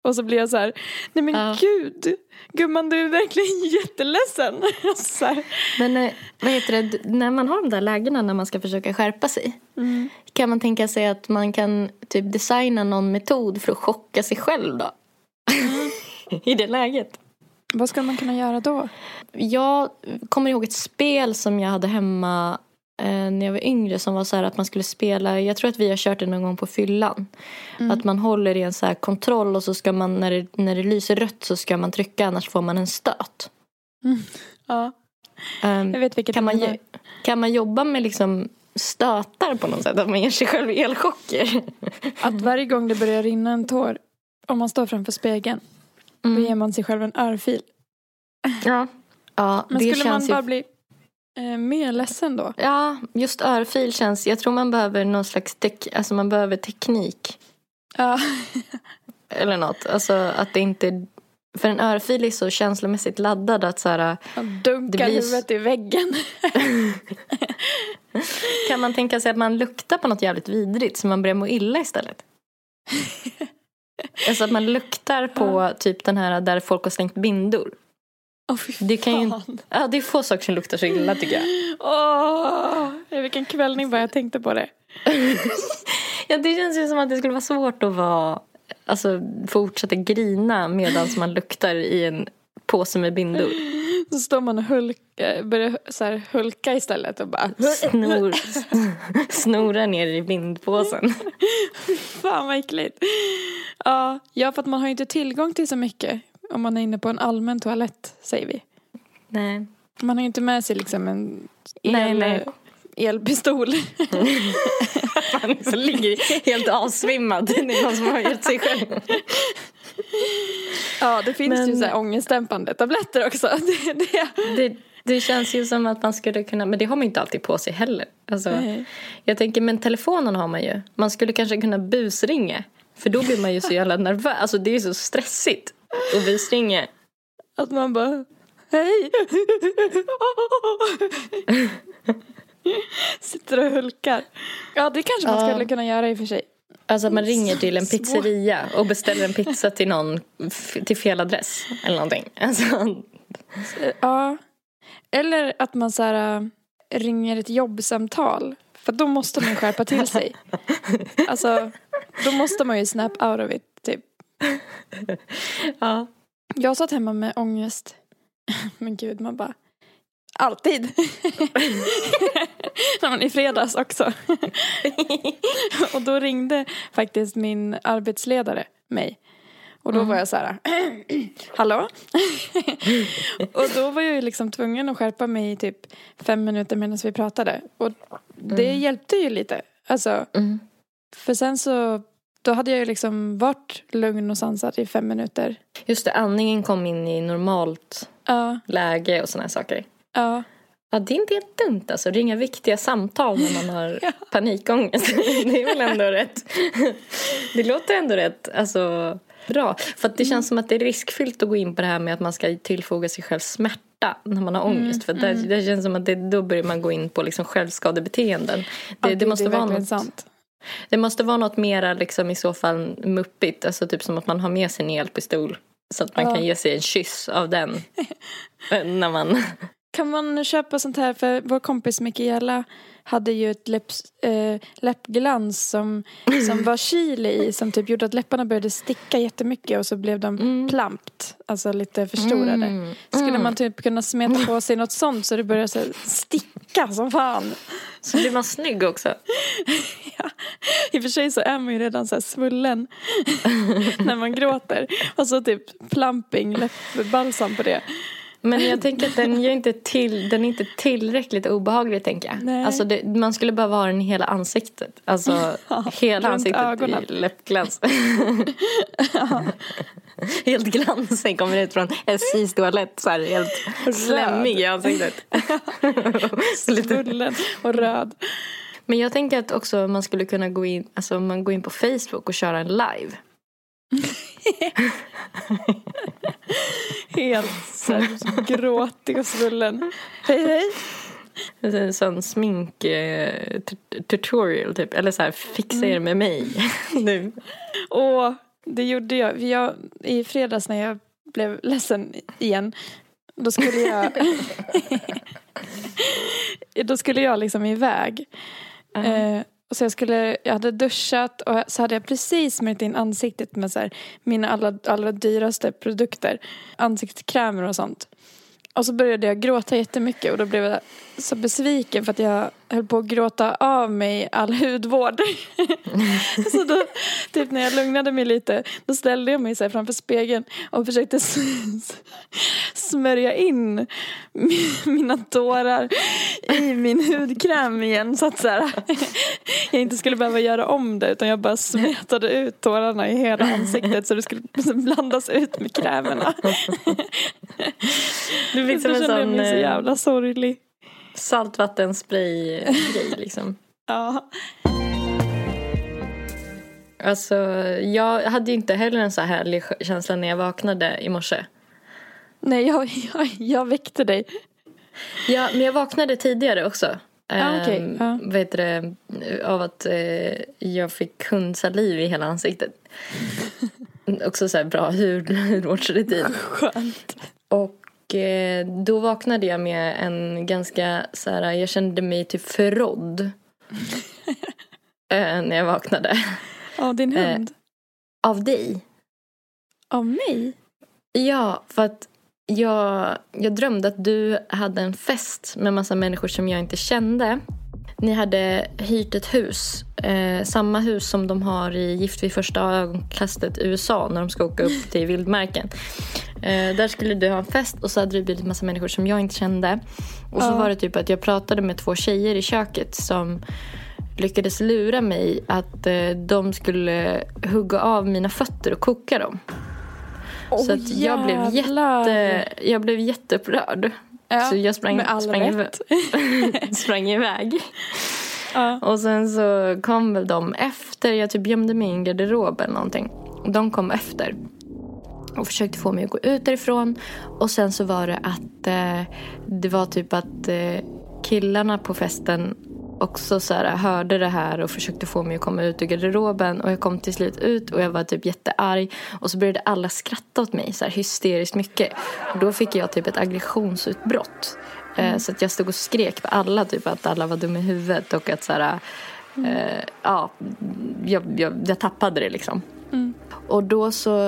Och så blir jag så här, nej men ja. gud, gumman, du är verkligen jätteledsen. Så här. Men eh, vad heter det, när man har de där lägena när man ska försöka skärpa sig, Mm. kan man tänka sig att man kan typ designa någon metod för att chocka sig själv då? Mm. I det läget. Vad ska man kunna göra då? Jag kommer ihåg ett spel som jag hade hemma eh, när jag var yngre, som var så här att man skulle spela, jag tror att vi har kört det någon gång på fyllan. Mm. Att man håller i en så här kontroll och så ska man, när det, när det lyser rött så ska man trycka, annars får man en stöt. Mm. Ja, um, jag vet vilket kan man, kan man jobba med liksom stötar på något sätt, att man ger sig själv elchocker? Att varje gång det börjar rinna en tår, om man står framför spegeln, mm. då ger man sig själv en örfil. Ja, ja. Men det skulle man känns bara ju... bli eh, mer ledsen då? Ja, just örfil känns, jag tror man behöver någon slags tek... alltså man behöver teknik. Ja. Eller något, alltså att det inte, för en örfil är så känslomässigt laddad att så här, dunkar blir... huvudet i väggen. Kan man tänka sig att man luktar på något jävligt vidrigt så man börjar må illa istället? Alltså att man luktar på typ den här där folk har slängt bindor. Åh, fy fan. Det kan ju, ja, det är få saker som luktar så illa, tycker jag. Åh, vilken kvällning bara jag tänkte på det. Ja, det känns ju som att det skulle vara svårt att vara, alltså fortsätta grina medan man luktar i en påse med bindor. Så står man och hulka, börjar så här hulka istället och bara Snor, snora ner i bindpåsen. Fan vad äckligt. Ja, ja, för att man har ju inte tillgång till så mycket om man är inne på en allmän toalett, säger vi. Nej. Man har ju inte med sig liksom en el, nej, nej. elpistol. Man så ligger helt avsvimmad. Det är någon som har gjort sig själv. Ja, det finns men... ju så här ångestdämpande tabletter också. Det, det. Det, det känns ju som att man skulle kunna, men det har man inte alltid på sig heller. Alltså, jag tänker, men telefonen har man ju. Man skulle kanske kunna busringa. För då blir man ju så jävla nervös. Alltså det är så stressigt att busringa. Att man bara, hej. Sitter och hulkar. Ja, det kanske man skulle kunna göra i och för sig. Alltså att man ringer till en pizzeria och beställer en pizza till någon, till fel adress eller någonting. Alltså. Ja. Eller att man så här ringer ett jobbsamtal. För då måste man skärpa till sig. Alltså, då måste man ju snap out of it, typ. Ja. Jag satt hemma med ångest. Men gud, man bara... Alltid. I fredags också. Och då ringde faktiskt min arbetsledare mig. Och då mm. var jag så här, hallå? Och då var jag ju liksom tvungen att skärpa mig i typ fem minuter medan vi pratade. Och det mm. hjälpte ju lite. Alltså, mm. för sen så, då hade jag ju liksom varit lugn och sansad i fem minuter. Just det, andningen kom in i normalt ja. läge och såna här saker. Ja. Ja, det är inte helt dumt alltså. Ringa viktiga samtal när man har ja. panikångest. Det är väl ändå rätt. Det låter ändå rätt. Alltså, bra. För att det känns mm. som att det är riskfyllt att gå in på det här med att man ska tillfoga sig själv smärta när man har ångest. För det, mm. det känns som att det, då börjar man gå in på liksom självskadebeteenden. Det, ja, det, det måste det vara något sant. Det måste vara något mera liksom i så fall muppigt. Alltså typ som att man har med sig en elpistol. Så att man ja. kan ge sig en kyss av den. När man... Kan man köpa sånt här, för vår kompis Mikaela hade ju ett läpps, äh, läppglans som, som var chili i, som typ gjorde att läpparna började sticka jättemycket och så blev de mm. plampt, alltså lite förstorade. Mm. Skulle mm. man typ kunna smeta på sig något sånt så det börjar så sticka som fan. Så blir man snygg också. Ja, i och för sig så är man ju redan så här svullen när man gråter. Och så typ plumping, läppbalsam på det. Men jag tänker att den är inte till, den är inte tillräckligt obehaglig, tänker jag. Nej. Alltså det, man skulle behöva ha den i hela ansiktet. Alltså ja, hela ansiktet ögonen. I läppglans. Ja. Helt glansig kommer ut från S J:s toalett så här helt slemmig i ansiktet. Svullen och röd. Men jag tänker att också man skulle kunna gå in, alltså man går in på Facebook och köra en live. Helt så här, gråtig och svullen. Hej hej. En sån smink eh, t- tutorial typ. Eller så här, fixa er med mig nu. Åh, Det gjorde jag. jag. I fredags när jag blev ledsen igen. Då skulle jag... då skulle jag liksom iväg. Uh-huh. Eh, och så jag skulle... Jag hade duschat och så hade jag precis smörjt in ansiktet med så här, mina allra, allra dyraste produkter. Ansiktskrämer och sånt. Och så började jag gråta jättemycket och då blev jag så besviken för att jag höll på att gråta av mig all hudvård. Så då, typ när jag lugnade mig lite, då ställde jag mig så här framför spegeln och försökte smörja in mina tårar i min hudkräm igen så att så här, jag inte skulle behöva göra om det utan jag bara smetade ut tårarna i hela ansiktet så det skulle blandas ut med krämerna. Du fick som en sån jag så jävla sorglig saltvattenspray-grej liksom. Ja. Alltså, jag hade ju inte heller en så här härlig känsla när jag vaknade i morse. Nej, jag, jag, jag väckte dig. Ja, men jag vaknade tidigare också. Ah, okay. um, ah. Vad heter det? Av att uh, jag fick hundsaliv i hela ansiktet. Också så här bra hudvårdsrutin. Skönt. Och då vaknade jag med en ganska så här, jag kände mig typ förrådd när jag vaknade. Av din hund? Eh, av dig. Av mig? Ja, för att jag, jag drömde att du hade en fest med massa människor som jag inte kände. Ni hade hyrt ett hus. Eh, samma hus som de har i Gift vid första ögonkastet i U S A när de ska åka upp till vildmarken. Eh, där skulle du ha en fest och så hade det blivit en massa människor som jag inte kände. Och så ja. var det typ att jag pratade med två tjejer i köket som lyckades lura mig att eh, de skulle hugga av mina fötter och koka dem. Oh, så att jag blev, jätte, jag blev jätteupprörd. Ja, så jag sprang, med all sprang, rätt. iväg, sprang iväg. Ja. Och sen så kom väl de efter. Jag typ gömde mig i en garderob eller någonting. De kom efter. Och försökte få mig att gå ut därifrån. Och sen så var det att eh, det var typ att eh, killarna på festen också så här, hörde det här och försökte få mig att komma ut ur garderoben. Och jag kom till slut ut och jag var typ jättearg. Och så började alla skratta åt mig så här hysteriskt mycket. Och då fick jag typ ett aggressionsutbrott. Mm. Eh, så att jag stod och skrek på alla typ att alla var dumma i huvudet. Och att så här, mm. eh, ja, jag, jag, jag tappade det liksom. Mm. Och då så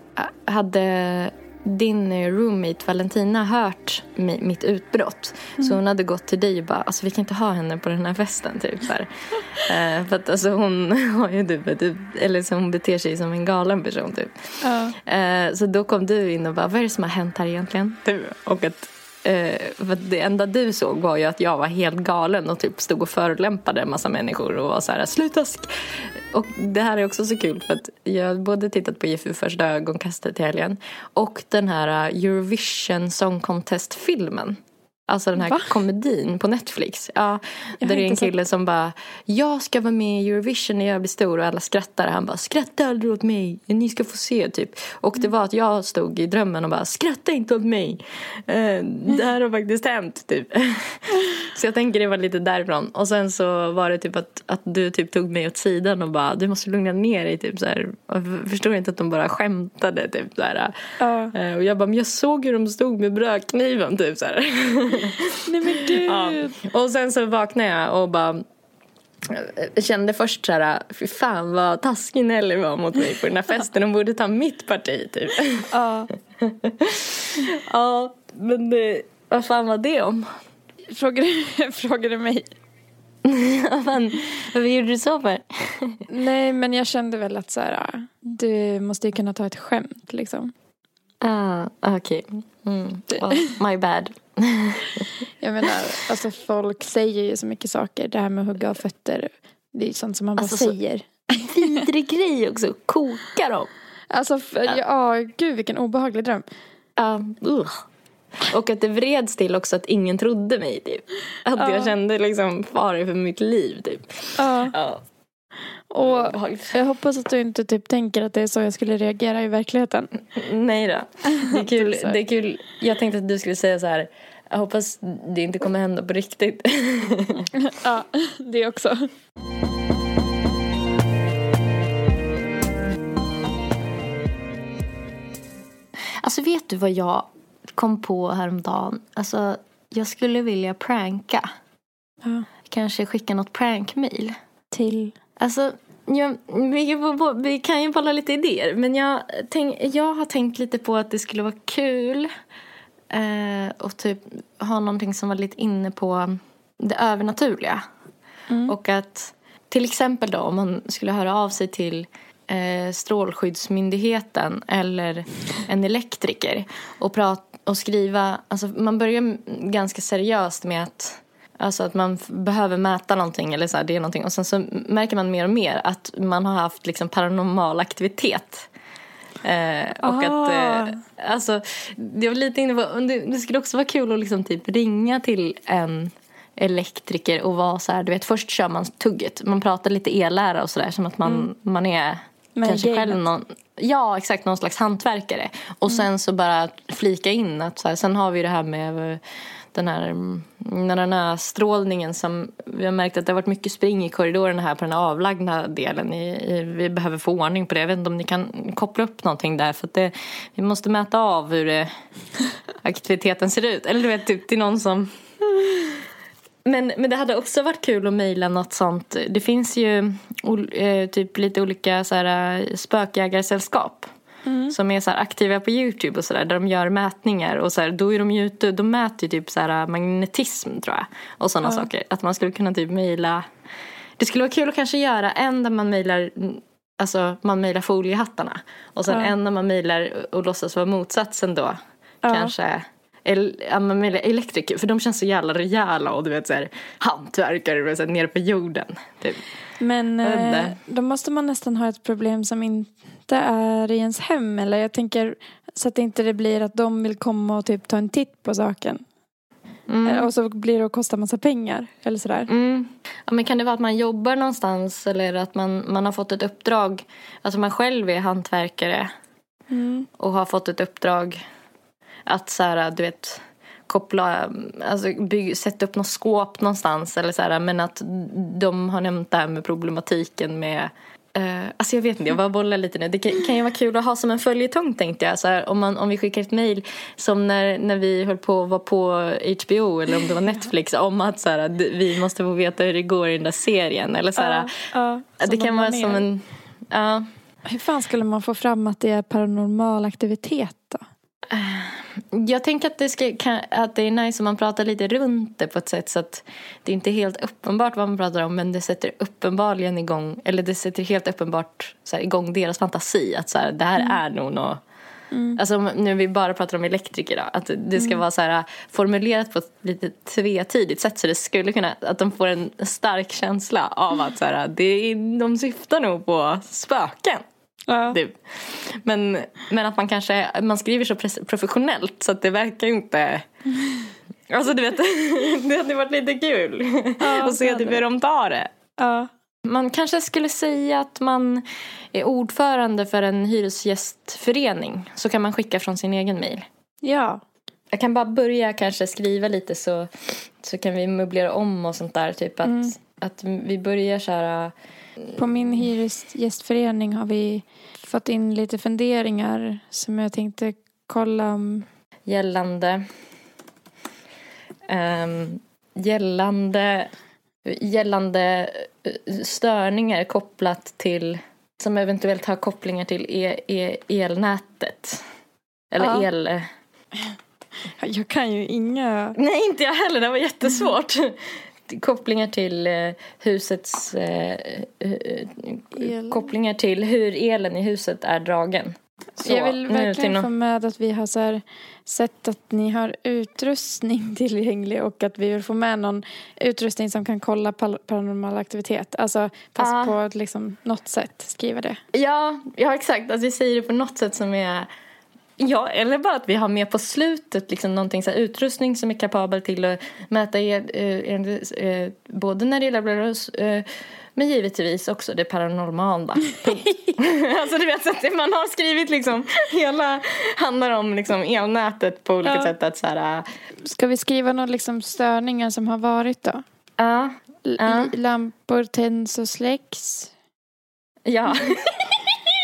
hade din roommate Valentina hört mitt utbrott. Mm. Så hon hade gått till dig och bara, alltså vi kan inte ha henne på den här festen typ så här. uh, för att alltså hon har ju typ, typ eller så hon beter sig som en galen person typ. Uh. Uh, så då kom du in och bara, vad är det som har hänt här egentligen? Typ. Och att Uh, för det enda du såg var ju att jag var helt galen och typ stod och förolämpade en massa människor och var så här, sluta sk-. Och det här är också så kul för att jag har både tittat på Gift vid första ögonkastet i helgen och den här Eurovision Song Contest-filmen. Alltså den här Va? komedin på Netflix. Ja, där det är en kille så... som bara, jag ska vara med i Eurovision när jag blir stor. Och alla skrattar. Han bara, skratta aldrig åt mig. Ni ska få se typ. Och det var att jag stod i drömmen och bara, skratta inte åt mig. Uh, det här har faktiskt hänt typ. Så jag tänker det var lite därifrån. Och sen så var det typ att, att du typ tog mig åt sidan och bara, du måste lugna ner dig typ så här. Och jag förstår inte att de bara skämtade typ så här. Uh. Uh, och jag bara, men jag såg hur de stod med brödkniven typ så här. Nej men gud. Ja. Och sen så vaknade jag och bara kände först så här, fy fan vad taskig Nelly var mot mig på den här festen. Hon borde ta mitt parti typ. Ja. Ja, men det, vad fan var det om? Frågade, frågade mig. Ja, men vad gjorde du så för? Nej, men jag kände väl att så här, du måste ju kunna ta ett skämt liksom. Ah, okej. Okay. Mm. Well, my bad. Jag menar, alltså folk säger ju så mycket saker. Det här med att hugga av fötter, det är ju sånt som man bara alltså, säger. Vidrig grej också, koka dem. Alltså, ja, ja gud vilken obehaglig dröm. Ja, uh. Och att det vreds till också att ingen trodde mig typ. Att uh. jag kände liksom fara för mitt liv typ. Ja. Uh. Uh. Och jag hoppas att du inte typ tänker att det är så jag skulle reagera i verkligheten. Nej då. Det är kul. Det är kul. Jag tänkte att du skulle säga så här, jag hoppas det inte kommer hända på riktigt. Ja, det också. Alltså vet du vad jag kom på häromdagen? Alltså jag skulle vilja pranka. Ja. Kanske skicka något prankmail. Till? Alltså, jag, vi, vi kan ju bolla lite idéer. Men jag, tänk, jag har tänkt lite på att det skulle vara kul. Eh, och typ ha någonting som var lite inne på det övernaturliga. Mm. Och att till exempel då om man skulle höra av sig till eh, Strålskyddsmyndigheten eller en elektriker och, prata, och skriva, alltså man börjar ganska seriöst med att alltså att man behöver mäta någonting eller så här, det är någonting. Och sen så märker man mer och mer att man har haft liksom paranormal aktivitet. Eh, och ah. att, eh, alltså, det var lite inne på, det, det skulle också vara kul att liksom typ ringa till en elektriker och vara så här, du vet, först kör man tugget. Man pratar lite ellära och sådär, som att man, mm. man är Men kanske gamet. själv någon, ja exakt, någon slags hantverkare. Och mm. sen så bara flika in att så här, sen har vi det här med den här, den här strålningen som vi har märkt att det har varit mycket spring i korridoren här på den här avlagda delen. I, i, vi behöver få ordning på det. Jag vet inte om ni kan koppla upp någonting där, för att det, vi måste mäta av hur det, aktiviteten ser ut. Eller du vet, typ till någon som... Men, men det hade också varit kul att mejla något sånt. Det finns ju eh, typ lite olika så här, spökjägarsällskap. Mm. Som är så här aktiva på YouTube och sådär, där de gör mätningar och så här, då är de ju ute, de mäter ju typ så här magnetism tror jag och sådana ja. saker, att man skulle kunna typ mejla. Det skulle vara kul att kanske göra en där man mejlar, alltså man mejlar foliehattarna och sen ja. en där man mejlar och låtsas vara motsatsen då ja. kanske el, ja, man mejlar elektriker, för de känns så jävla rejäla och du vet så här hantverkare så här, nere på jorden typ. Men eh, då måste man nästan ha ett problem som inte är i ens hem. Eller jag tänker så att det inte det blir att de vill komma och typ ta en titt på saken. Mm. Och så blir det att kosta massa pengar. Eller sådär. Mm. Ja, men kan det vara att man jobbar någonstans? Eller att man, man har fått ett uppdrag. Alltså man själv är hantverkare. Mm. Och har fått ett uppdrag att så här, du vet... koppla, alltså bygga, sätta upp något skåp någonstans eller så här, men att de har nämnt det här med problematiken med eh, alltså jag vet inte, jag bara bollar lite nu. Det kan, kan ju vara kul att ha som en följetong, tänkte jag så här, om, man, om vi skickar ett mejl som när, när vi höll på att vara på H B O eller om det var Netflix om att så här, vi måste få veta hur det går i den där serien eller så här, ja, ja, det kan vara som en ja. Hur fan skulle man få fram att det är paranormal aktivitet då? Jag tänker att det, ska, att det är nice om man pratar lite runt det på ett sätt så att det inte är helt uppenbart vad man pratar om, men det sätter uppenbarligen igång, eller det sätter helt uppenbart så här, igång deras fantasi att så här, det här mm. är nog något. Mm. Alltså nu vi bara pratar om elektriker då, att det ska mm. vara så här formulerat på ett lite tvetydigt sätt så det skulle kunna, att de får en stark känsla av att så här, det är, de syftar nog på spöken. Ja. Typ. Men, men att man kanske man skriver så professionellt så att det verkar ju inte alltså du vet det hade varit lite kul ja, att se typ hur de tar det. Ja. Man kanske skulle säga att man är ordförande för en hyresgästförening, så kan man skicka från sin egen mejl. Ja. Jag kan bara börja kanske skriva lite så, så kan vi möblera om och sånt där typ att, mm. att vi börjar så här. På min hyresgästförening har vi fått in lite funderingar som jag tänkte kolla om. Gällande um, gällande gällande störningar kopplat till, som eventuellt har kopplingar till e- e- elnätet. Eller ja. el... Jag kan ju inga... Nej, inte jag heller. Det var jättesvårt. Kopplingar till eh, husets eh, eh, kopplingar till hur elen i huset är dragen. Så, jag vill verkligen få med att vi har så här sett att ni har utrustning tillgänglig och att vi vill få med någon utrustning som kan kolla paranormal aktivitet. Alltså passa ah. på att liksom något sätt skriva det. Ja, ja exakt. Att vi säger det på något sätt som är... Ja, eller bara att vi har med på slutet liksom någonting så här, utrustning som är kapabel till att mäta el, eh, eh, både när det gäller eh, men givetvis också det paranormala. Alltså du vet att man har skrivit liksom hela handlar om liksom elnätet på olika ja. sätt att så här. Ska vi skriva några liksom störningar som har varit då? Ja. L- ja. Lampor tänds och släcks. Ja.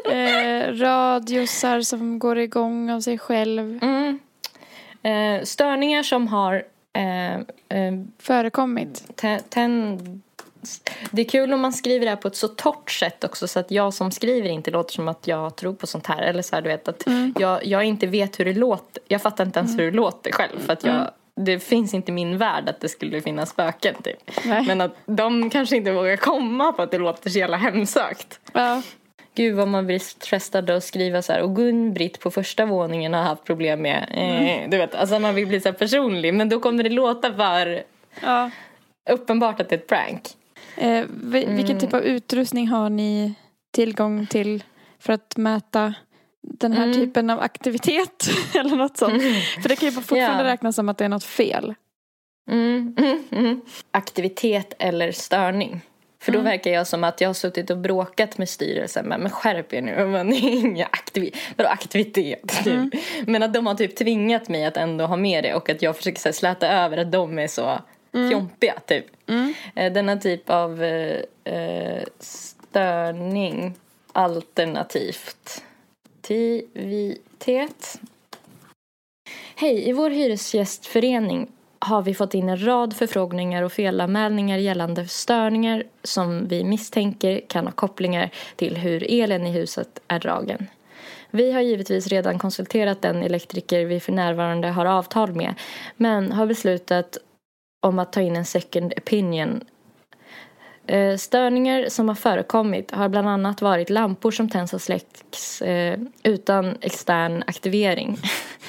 eh, radiosar som går igång av sig själv. Mm. Eh, störningar som har eh, eh, förekommit. Ten, ten, det är kul om man skriver det här på ett så torrt sätt också, så att jag som skriver inte låter som att jag tror på sånt här. Eller så här, du vet, att mm. jag, jag inte vet hur det låter. Jag fattar inte ens mm. hur det låter själv. För att jag, mm. det finns inte i min värld att det skulle finnas spöken typ. Men att de kanske inte vågar komma på att det låter så jävla hemsökt. Ja. Gud vad man blir stressad att skriva så här. Och Gun-Britt på första våningen har haft problem med eh, mm. du vet, alltså man vill bli så här personlig. Men då kommer det låta för ja. uppenbart att det är ett prank. eh, v- mm. Vilken typ av utrustning har ni tillgång till för att mäta den här mm. typen av aktivitet? Eller något sånt. Mm. För det kan ju fortfarande ja. räknas som att det är något fel. Mm. Mm. Mm. Aktivitet eller störning. För då mm. verkar jag som att jag har suttit och bråkat med styrelsen. Men, men skärp er nu. Men inga aktivitet. Vadå aktivitet? Mm. Men att de har typ tvingat mig att ändå ha med det. Och att jag försöker så här, släta över att de är så mm. fjompiga typ. Mm. Denna typ av eh, störning. Alternativt. Tivitet. Hej, i vår hyresgästförening har vi fått in en rad förfrågningar och felanmälningar gällande störningar som vi misstänker kan ha kopplingar till hur elen i huset är dragen. Vi har givetvis redan konsulterat den elektriker vi för närvarande har avtal med, men har beslutat om att ta in en second opinion. Störningar som har förekommit har bland annat varit lampor som tänds och släcks utan extern aktivering.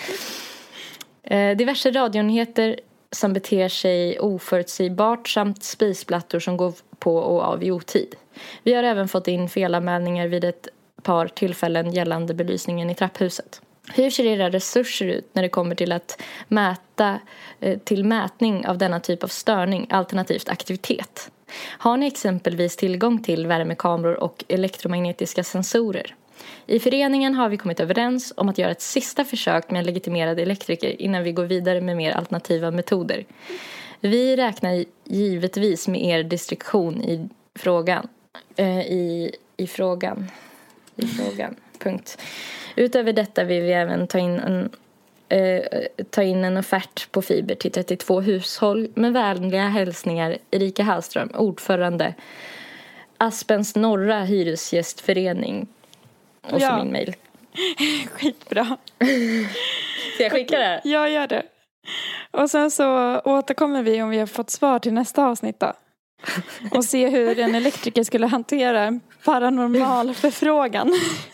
Diverse radionyheter som beter sig oförutsägbart samt spisplattor som går på och av i otid. Vi har även fått in felanmälningar vid ett par tillfällen gällande belysningen i trapphuset. Hur ser era resurser ut när det kommer till att mäta till mätning av denna typ av störning, alternativt aktivitet? Har ni exempelvis tillgång till värmekameror och elektromagnetiska sensorer? I föreningen har vi kommit överens om att göra ett sista försök med en legitimerad elektriker innan vi går vidare med mer alternativa metoder. Vi räknar givetvis med er distriktion i frågan. Eh, i, i frågan. I frågan. Punkt. Utöver detta vill vi även ta in en, eh, ta in en offert på fiber till trettiotvå hushåll med vänliga hälsningar Erika Hallström, ordförande Aspens norra hyresgästförening. Och ja. så min mail. Skitbra. Ska jag skicka det? Jag gör det. Och sen så återkommer vi om vi har fått svar till nästa avsnitt då. Och se hur en elektriker skulle hantera en paranormal förfrågan.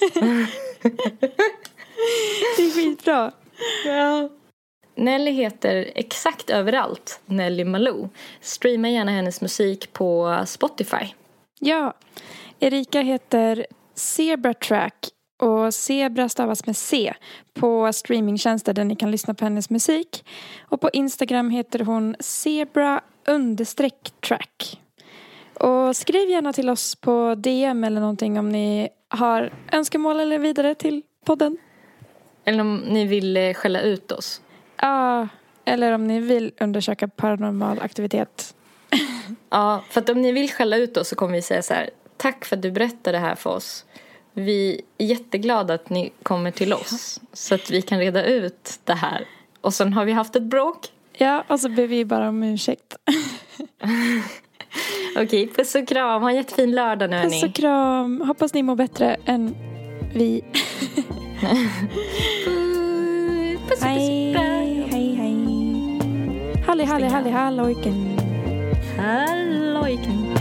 Det är skitbra. Ja. Nelly heter exakt överallt Nelly Malou. Streama gärna hennes musik på Spotify. Ja. Erika heter Zebra Track och Zebra stavas med C på streamingtjänster där ni kan lyssna på hennes musik. Och på Instagram heter hon Zebra understreck track. Och skriv gärna till oss på D M eller någonting om ni har önskemål eller vidare till podden. Eller om ni vill skälla ut oss. Ja, eller om ni vill undersöka paranormal aktivitet. Ja, för att om ni vill skälla ut oss så kommer vi säga så här: tack för att du berättade det här för oss. Vi är jätteglada att ni kommer till oss så att vi kan reda ut det här. Och sen har vi haft ett bråk. Ja, och så ber vi bara om ursäkt. Okej, puss och kram. Ha en jättefin lördag nu, hörni. Puss och kram. Hoppas ni mår bättre än vi. Puss, puss, hej, hej, hej. Halli, halli, halli, hallojken. Hallojken.